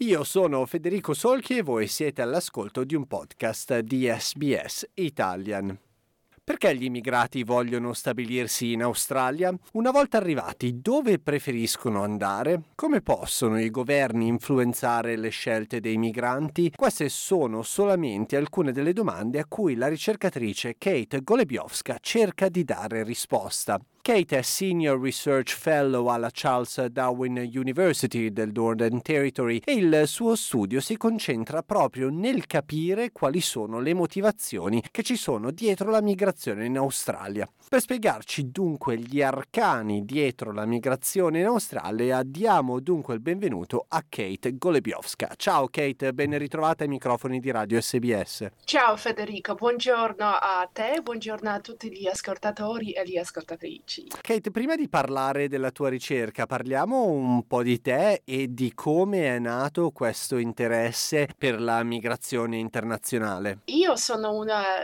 Io sono Federico Solchi e voi siete all'ascolto di un podcast di SBS Italian. Perché gli immigrati vogliono stabilirsi in Australia? Una volta arrivati, dove preferiscono andare? Come possono i governi influenzare le scelte dei migranti? Queste sono solamente alcune delle domande a cui la ricercatrice Kate Golebiowska cerca di dare risposta. Kate è Senior Research Fellow alla Charles Darwin University del Northern Territory e il suo studio si concentra proprio nel capire quali sono le motivazioni che ci sono dietro la migrazione in Australia. Per spiegarci dunque gli arcani dietro la migrazione in Australia, diamo dunque il benvenuto a Kate Golebiowska. Ciao Kate, ben ritrovata ai microfoni di Radio SBS. Ciao Federico, buongiorno a te, buongiorno a tutti gli ascoltatori e le ascoltatrici. Kate, prima di parlare della tua ricerca, parliamo un po' di te e di come è nato questo interesse per la migrazione internazionale. Io sono una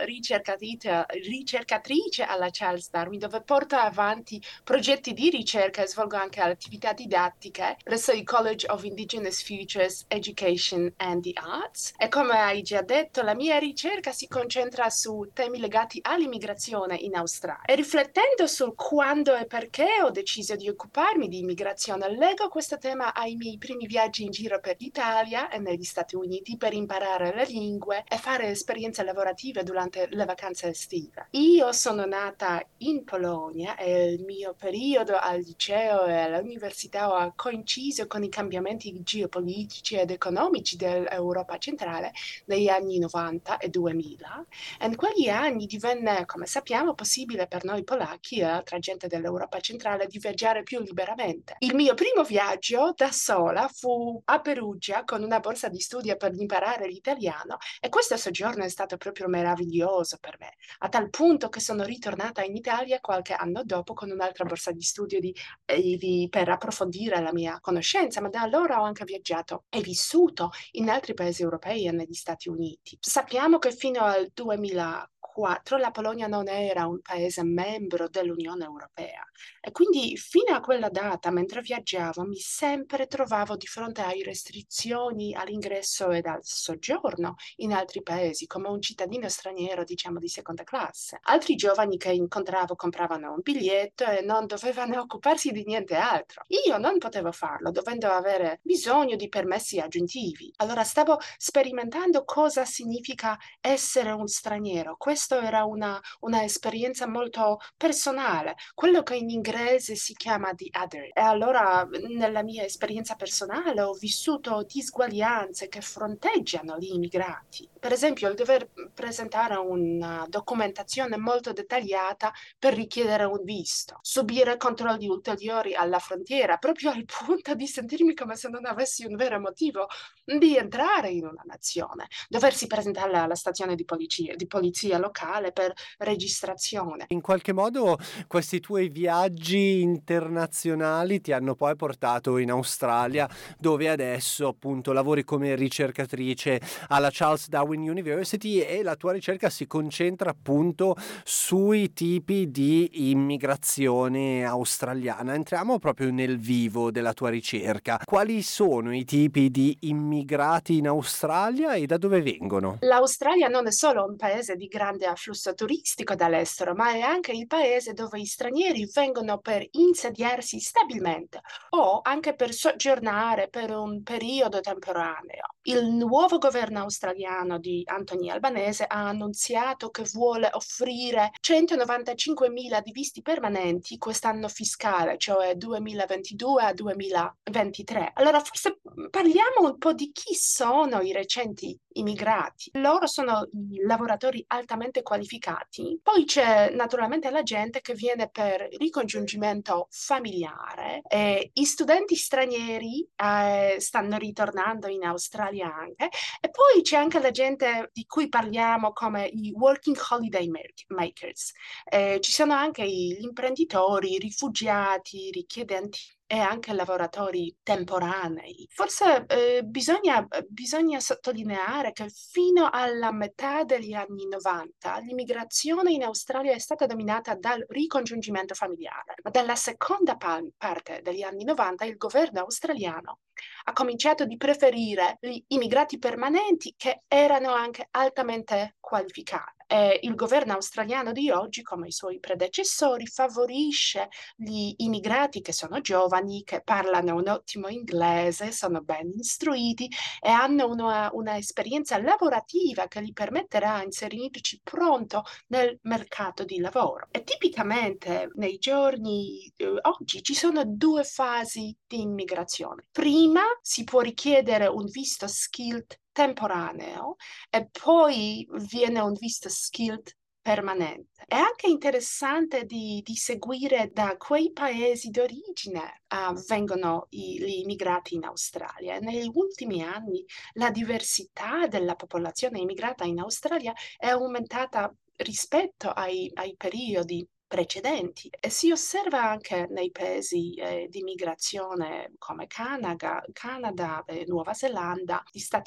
ricercatrice alla Charles Darwin, dove porto avanti progetti di ricerca e svolgo anche attività didattiche presso il College of Indigenous Futures, Education and the Arts. E come hai già detto, la mia ricerca si concentra su temi legati all'immigrazione in Australia. E riflettendo sul quando e perché ho deciso di occuparmi di immigrazione, leggo questo tema ai miei primi viaggi in giro per l'Italia e negli Stati Uniti per imparare le lingue e fare esperienze lavorative durante le vacanze estive. Io sono nata in Polonia e il mio periodo al liceo e all'università ha coinciso con i cambiamenti geopolitici ed economici dell'Europa centrale negli anni 90 e 2000. E in quegli anni divenne, come sappiamo, possibile per noi polacchi e altra gente dell'Europa centrale di viaggiare più liberamente. Il mio primo viaggio da sola fu a Perugia con una borsa di studio per imparare l'italiano e questo soggiorno è stato proprio meraviglioso per me, a tal punto che sono ritornata in Italia qualche anno dopo con un'altra borsa di studio per approfondire la mia conoscenza, ma da allora ho anche viaggiato e vissuto in altri paesi europei e negli Stati Uniti. Sappiamo che fino al 2004 la Polonia non era un paese membro dell'Unione Europea e quindi fino a quella data, mentre viaggiavo, mi sempre trovavo di fronte alle restrizioni all'ingresso ed al soggiorno in altri paesi, come un cittadino straniero, diciamo, di seconda classe. Altri giovani che incontravo compravano un biglietto e non dovevano occuparsi di niente altro. Io non potevo farlo, dovendo avere bisogno di permessi aggiuntivi. Allora stavo sperimentando cosa significa essere un straniero. Questa era una esperienza molto personale, quello che in inglese si chiama the other. E allora nella mia esperienza personale ho vissuto disuguaglianze che fronteggiano gli immigrati. Per esempio, il dover presentare una documentazione molto dettagliata per richiedere un visto, subire controlli ulteriori alla frontiera, proprio al punto di sentirmi come se non avessi un vero motivo di entrare in una nazione, doversi presentare alla stazione di polizia locale per registrazione. In qualche modo questi tuoi viaggi internazionali ti hanno poi portato in Australia, dove adesso appunto lavori come ricercatrice alla Charles Darwin University e la tua ricerca si concentra appunto sui tipi di immigrazione australiana. Entriamo proprio nel vivo della tua ricerca. Quali sono i tipi di immigrati in Australia e da dove vengono? L'Australia non è solo un paese di grande afflusso turistico dall'estero, ma è anche il paese dove i stranieri vengono per insediarsi stabilmente o anche per soggiornare per un periodo temporaneo. Il nuovo governo australiano di Anthony Albanese ha annunziato che vuole offrire 195.000 di visti permanenti quest'anno fiscale, cioè 2022 a 2023. Allora forse parliamo un po' di chi sono i recenti immigrati. Loro sono i lavoratori altamente qualificati. Poi c'è naturalmente la gente che viene per ricongiungimento familiare. I studenti stranieri stanno ritornando in Australia anche. E poi c'è anche la gente di cui parliamo come i working holiday makers. Ci sono anche gli imprenditori, i rifugiati, i richiedenti e anche lavoratori temporanei. Forse bisogna sottolineare che fino alla metà degli anni 90 l'immigrazione in Australia è stata dominata dal ricongiungimento familiare, ma dalla seconda parte degli anni 90 il governo australiano ha cominciato di preferire gli immigrati permanenti che erano anche altamente qualificati. E il governo australiano di oggi, come i suoi predecessori, favorisce gli immigrati che sono giovani, che parlano un ottimo inglese, sono ben istruiti e hanno una esperienza lavorativa che gli permetterà di inserirci pronto nel mercato di lavoro. E tipicamente nei giorni oggi ci sono due fasi di immigrazione. Prima si può richiedere un visto skilled temporaneo e poi viene un visto skilled permanente. È anche interessante di seguire da quei paesi d'origine vengono gli immigrati in Australia. E negli ultimi anni la diversità della popolazione immigrata in Australia è aumentata rispetto ai periodi precedenti e si osserva anche nei paesi di migrazione come Canada, Nuova Zelanda,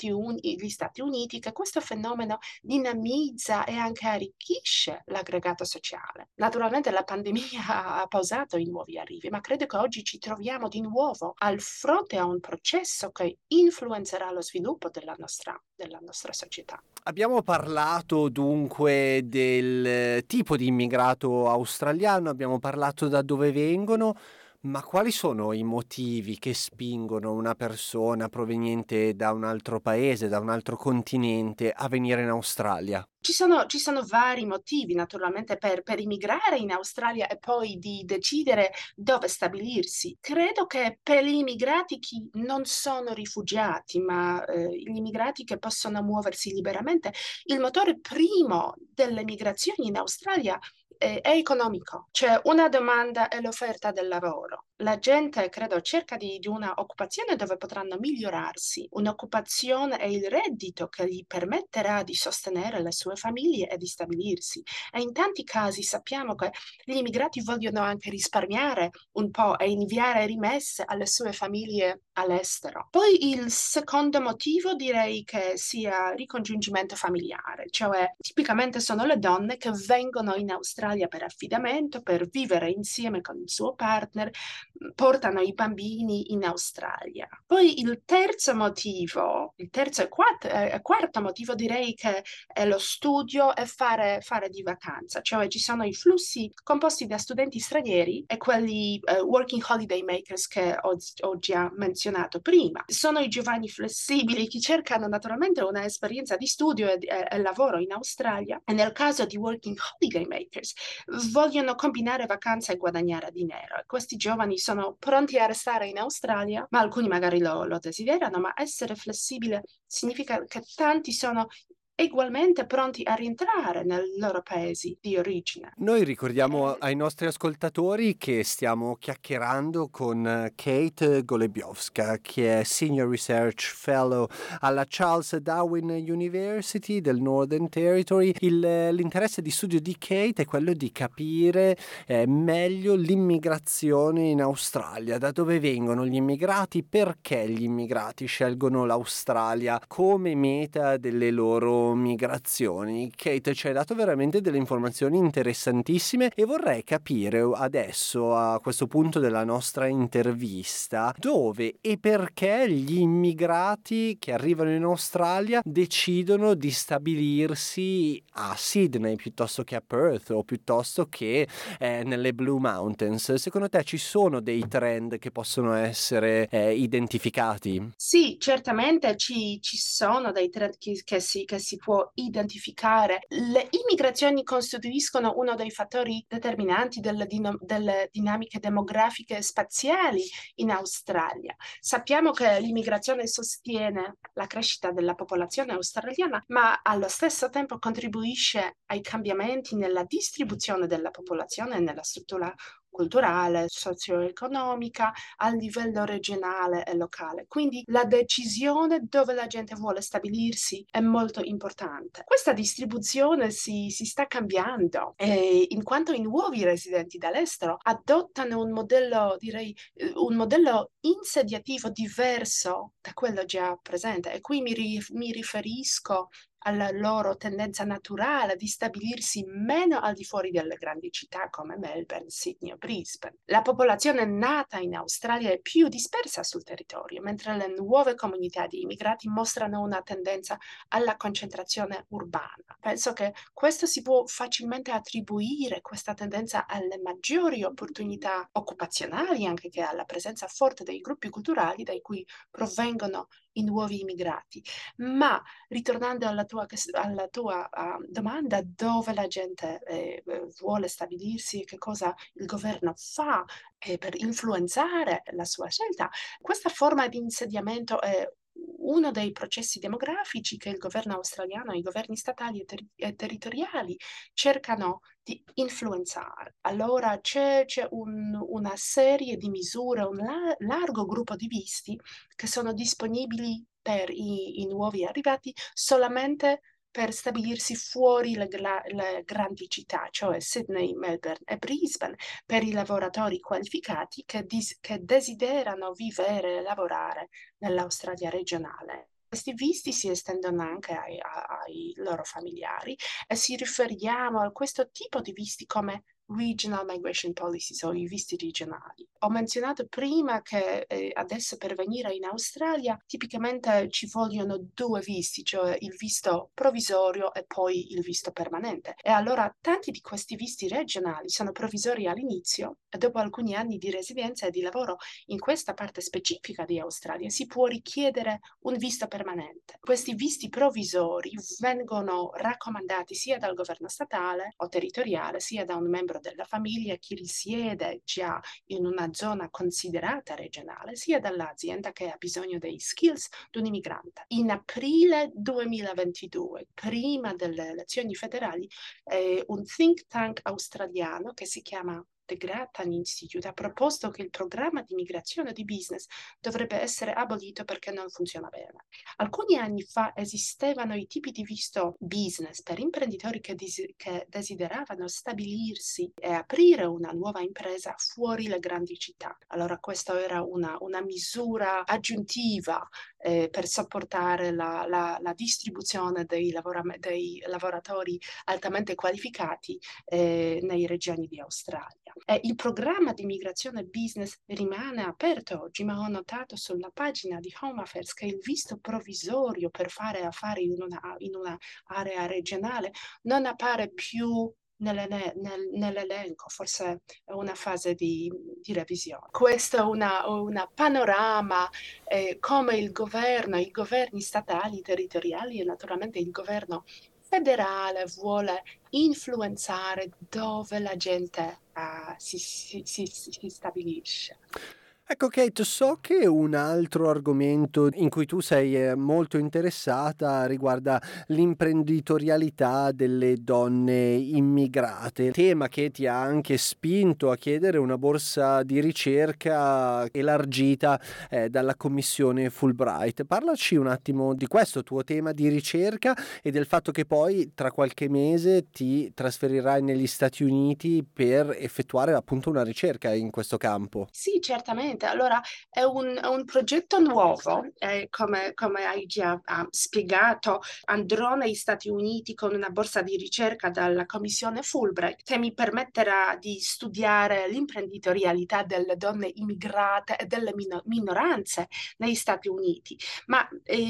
gli Stati Uniti, che questo fenomeno dinamizza e anche arricchisce l'aggregato sociale. Naturalmente la pandemia ha pausato i nuovi arrivi, ma credo che oggi ci troviamo di nuovo al fronte a un processo che influenzerà lo sviluppo della nostra società. Abbiamo parlato dunque del tipo di immigrato australiano, abbiamo parlato da dove vengono, ma quali sono i motivi che spingono una persona proveniente da un altro paese, da un altro continente, a venire in Australia? Ci sono vari motivi naturalmente per immigrare in Australia e poi di decidere dove stabilirsi. Credo che per gli immigrati che non sono rifugiati, ma gli immigrati che possono muoversi liberamente, il motore primo delle migrazioni in Australia è economico. C'è una domanda e l'offerta del lavoro. La gente, credo, cerca di una occupazione dove potranno migliorarsi, un'occupazione e il reddito che gli permetterà di sostenere le sue famiglie e di stabilirsi. E in tanti casi sappiamo che gli immigrati vogliono anche risparmiare un po' e inviare rimesse alle sue famiglie all'estero. Poi il secondo motivo direi che sia ricongiungimento familiare, cioè tipicamente sono le donne che vengono in Australia per affidamento, per vivere insieme con il suo partner, portano i bambini in Australia. Poi il terzo motivo, il terzo e quarto motivo direi che è lo studio e fare di vacanza, cioè ci sono i flussi composti da studenti stranieri e quelli working holiday makers che ho già menzionato prima. Sono i giovani flessibili che cercano naturalmente un'esperienza di studio e lavoro in Australia e nel caso di working holiday makers vogliono combinare vacanza e guadagnare dinero. E questi giovani sono pronti a restare in Australia, ma alcuni magari lo desiderano, ma essere flessibile significa che tanti sono ugualmente pronti a rientrare nei loro paesi di origine. Noi ricordiamo ai nostri ascoltatori che stiamo chiacchierando con Kate Golebiowska, che è Senior Research Fellow alla Charles Darwin University del Northern Territory. L'interesse di studio di Kate è quello di capire meglio l'immigrazione in Australia, da dove vengono gli immigrati, perché gli immigrati scelgono l'Australia come meta delle loro migrazioni. Kate ci hai dato veramente delle informazioni interessantissime e vorrei capire adesso, a questo punto della nostra intervista, dove e perché gli immigrati che arrivano in Australia decidono di stabilirsi a Sydney piuttosto che a Perth o piuttosto che nelle Blue Mountains. Secondo te ci sono dei trend che possono essere identificati? Sì, certamente ci sono dei trend che si può identificare. Le immigrazioni costituiscono uno dei fattori determinanti delle dinamiche demografiche e spaziali in Australia. Sappiamo che l'immigrazione sostiene la crescita della popolazione australiana, ma allo stesso tempo contribuisce ai cambiamenti nella distribuzione della popolazione e nella struttura culturale, socio-economica, a livello regionale e locale. Quindi la decisione dove la gente vuole stabilirsi è molto importante. Questa distribuzione si sta cambiando, in quanto i nuovi residenti dall'estero adottano un modello, direi, un modello insediativo diverso da quello già presente. E qui mi riferisco alla loro tendenza naturale di stabilirsi meno al di fuori delle grandi città come Melbourne, Sydney o Brisbane. La popolazione nata in Australia è più dispersa sul territorio, mentre le nuove comunità di immigrati mostrano una tendenza alla concentrazione urbana. Penso che questo si può facilmente attribuire, questa tendenza, alle maggiori opportunità occupazionali, anche che alla presenza forte dei gruppi culturali da cui provengono i nuovi immigrati. Ma ritornando alla tua domanda, dove la gente vuole stabilirsi e che cosa il governo fa per influenzare la sua scelta, questa forma di insediamento è uno dei processi demografici che il governo australiano, i governi statali e territoriali cercano di influenzare. Allora c'è una serie di misure, un largo gruppo di visti che sono disponibili per i nuovi arrivati solamente per stabilirsi fuori le grandi città, cioè Sydney, Melbourne e Brisbane, per i lavoratori qualificati che desiderano vivere e lavorare nell'Australia regionale. Questi visti si estendono anche ai loro familiari e si riferiamo a questo tipo di visti come Regional Migration Policies o i visti regionali. Ho menzionato prima che adesso per venire in Australia tipicamente ci vogliono 2 visti, cioè il visto provvisorio e poi il visto permanente. E allora tanti di questi visti regionali sono provvisori all'inizio e dopo alcuni anni di residenza e di lavoro in questa parte specifica di Australia si può richiedere un visto permanente. Questi visti provvisori vengono raccomandati sia dal governo statale o territoriale, sia da un membro della famiglia che risiede già in una zona considerata regionale, sia dall'azienda che ha bisogno dei skills di un immigrante. In aprile 2022, prima delle elezioni federali, un think tank australiano che si chiama The Grattan Institute ha proposto che il programma di migrazione di business dovrebbe essere abolito perché non funziona bene. Alcuni anni fa esistevano i tipi di visto business per imprenditori che desideravano stabilirsi e aprire una nuova impresa fuori le grandi città. Allora questa era una misura aggiuntiva per sopportare la distribuzione dei lavoratori altamente qualificati nei regioni di Australia. Il programma di migrazione business rimane aperto oggi, ma ho notato sulla pagina di Home Affairs che il visto provvisorio per fare affari in una area regionale non appare più nell'elenco, forse è una fase di revisione. Questo è una panorama come i governi statali, territoriali e naturalmente il governo federale vuole influenzare dove la gente si stabilisce. Ecco Kate, so che un altro argomento in cui tu sei molto interessata riguarda l'imprenditorialità delle donne immigrate, tema che ti ha anche spinto a chiedere una borsa di ricerca elargita dalla commissione Fulbright. Parlaci un attimo di questo tuo tema di ricerca e del fatto che poi tra qualche mese ti trasferirai negli Stati Uniti per effettuare appunto una ricerca in questo campo. Sì, certamente. Allora, è un progetto nuovo, come hai già spiegato, andrò negli Stati Uniti con una borsa di ricerca dalla commissione Fulbright che mi permetterà di studiare l'imprenditorialità delle donne immigrate e delle minoranze negli Stati Uniti. Ma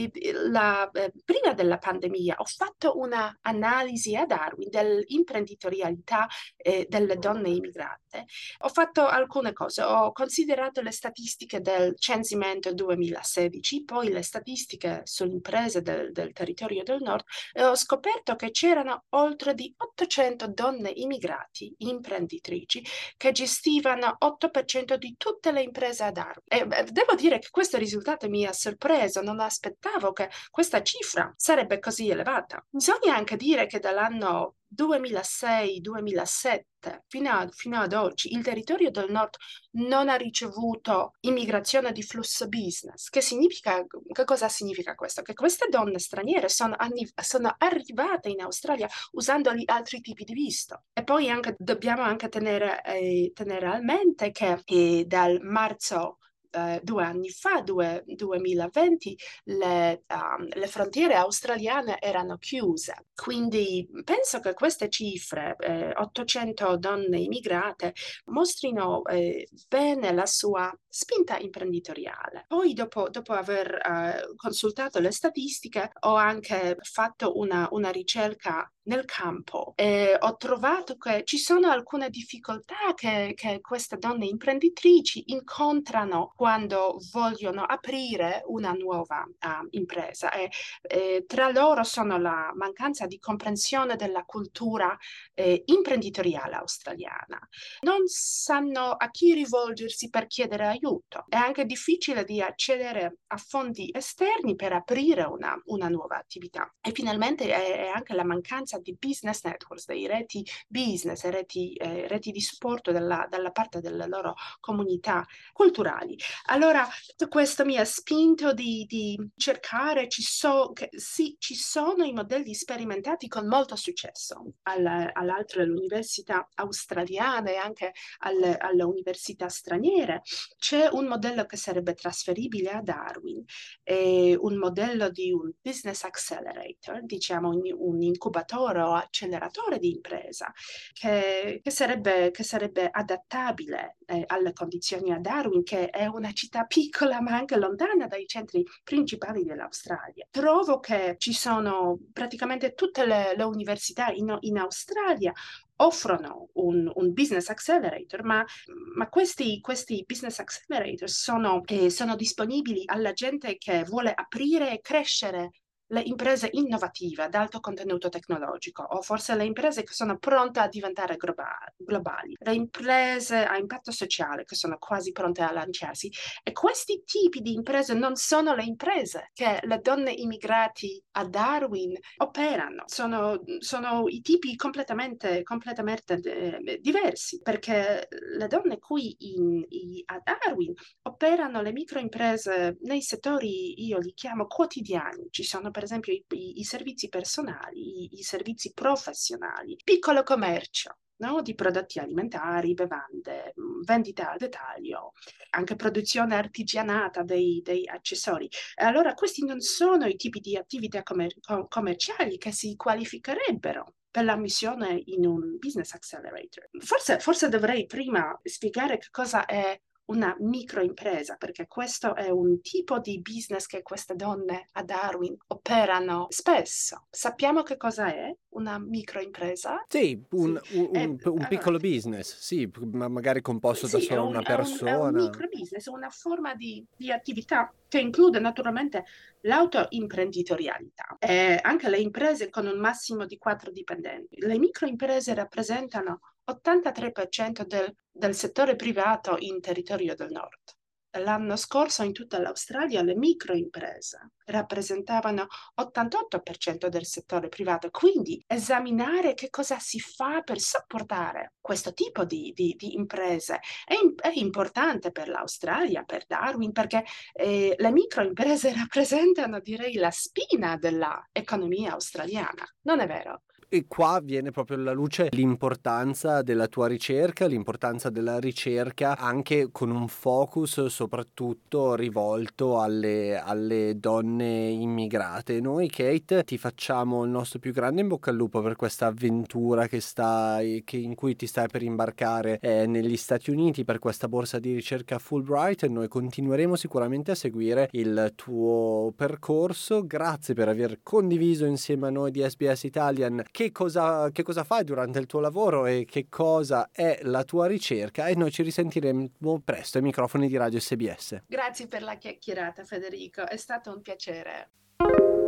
prima della pandemia ho fatto una analisi a Darwin dell'imprenditorialità delle donne immigrate. Ho fatto alcune cose, ho considerato le statistiche del censimento 2016, poi le statistiche sulle imprese del territorio del nord e ho scoperto che c'erano oltre di 800 donne immigrati, imprenditrici, che gestivano 8% di tutte le imprese ad Darwin. E devo dire che questo risultato mi ha sorpreso, non aspettavo che questa cifra sarebbe così elevata. Bisogna anche dire che dall'anno 2006-2007 fino ad oggi il territorio del nord non ha ricevuto immigrazione di flusso business. Che cosa significa questo? Che queste donne straniere sono arrivate in Australia usando gli altri tipi di visto. E poi dobbiamo anche tenere a mente che dal marzo 2 anni fa, 2020, le frontiere australiane erano chiuse. Quindi penso che queste cifre, 800 donne immigrate, mostrino bene la sua spinta imprenditoriale. Poi, dopo aver consultato le statistiche, ho anche fatto una ricerca nel campo e ho trovato che ci sono alcune difficoltà che queste donne imprenditrici incontrano quando vogliono aprire una nuova impresa. Tra loro sono la mancanza di comprensione della cultura imprenditoriale australiana. Non sanno a chi rivolgersi per chiedere aiuto. È anche difficile di accedere a fondi esterni per aprire una nuova attività. E finalmente è anche la mancanza di business networks, dei reti business, reti di supporto dalla parte delle loro comunità culturali. Allora, tutto questo mi ha spinto di cercare, ci sono i modelli sperimentati con molto successo all'altre università australiane e anche alle università straniere. C'è un modello che sarebbe trasferibile a Darwin, un modello di un business accelerator, diciamo un incubatore o acceleratore di impresa che sarebbe adattabile alle condizioni a Darwin, che è una città piccola ma anche lontana dai centri principali dell'Australia. Trovo che ci sono praticamente tutte le università in Australia offrono un business accelerator, ma questi business accelerator sono disponibili alla gente che vuole aprire e crescere le imprese innovative ad alto contenuto tecnologico, o forse le imprese che sono pronte a diventare globali, le imprese a impatto sociale che sono quasi pronte a lanciarsi. E questi tipi di imprese non sono le imprese che le donne immigrati a Darwin operano, sono i tipi completamente diversi, perché le donne qui a Darwin operano le microimprese nei settori, io li chiamo quotidiani. Ci sono per esempio i servizi personali, i servizi professionali, piccolo commercio, no? Di prodotti alimentari, bevande, vendita al dettaglio, anche produzione artigianata dei accessori. E allora questi non sono i tipi di attività commerciali che si qualificherebbero per la missione in un business accelerator. Forse dovrei prima spiegare che cosa è una microimpresa, perché questo è un tipo di business che queste donne a Darwin operano spesso. Sappiamo che cosa è una microimpresa? Sì, un Allora, piccolo business, sì, ma magari composto da sì, solo una è un persona. micro business, una forma di attività che include naturalmente l'autoimprenditorialità e anche le imprese con un massimo di 4 dipendenti. Le microimprese rappresentano 83% del settore privato in territorio del nord. L'anno scorso in tutta l'Australia le microimprese rappresentavano 88% del settore privato, quindi esaminare che cosa si fa per supportare questo tipo di imprese è importante per l'Australia, per Darwin, perché le microimprese rappresentano, direi, la spina dell'economia australiana, non è vero? E qua viene proprio alla luce l'importanza della tua ricerca, l'importanza della ricerca anche con un focus soprattutto rivolto alle donne immigrate. Noi, Kate, ti facciamo il nostro più grande in bocca al lupo per questa avventura in cui ti stai per imbarcare negli Stati Uniti per questa borsa di ricerca Fulbright, e noi continueremo sicuramente a seguire il tuo percorso. Grazie per aver condiviso insieme a noi di SBS Italian che cosa fai durante il tuo lavoro e che cosa è la tua ricerca, e noi ci risentiremo presto ai microfoni di Radio SBS. Grazie per la chiacchierata, Federico, è stato un piacere.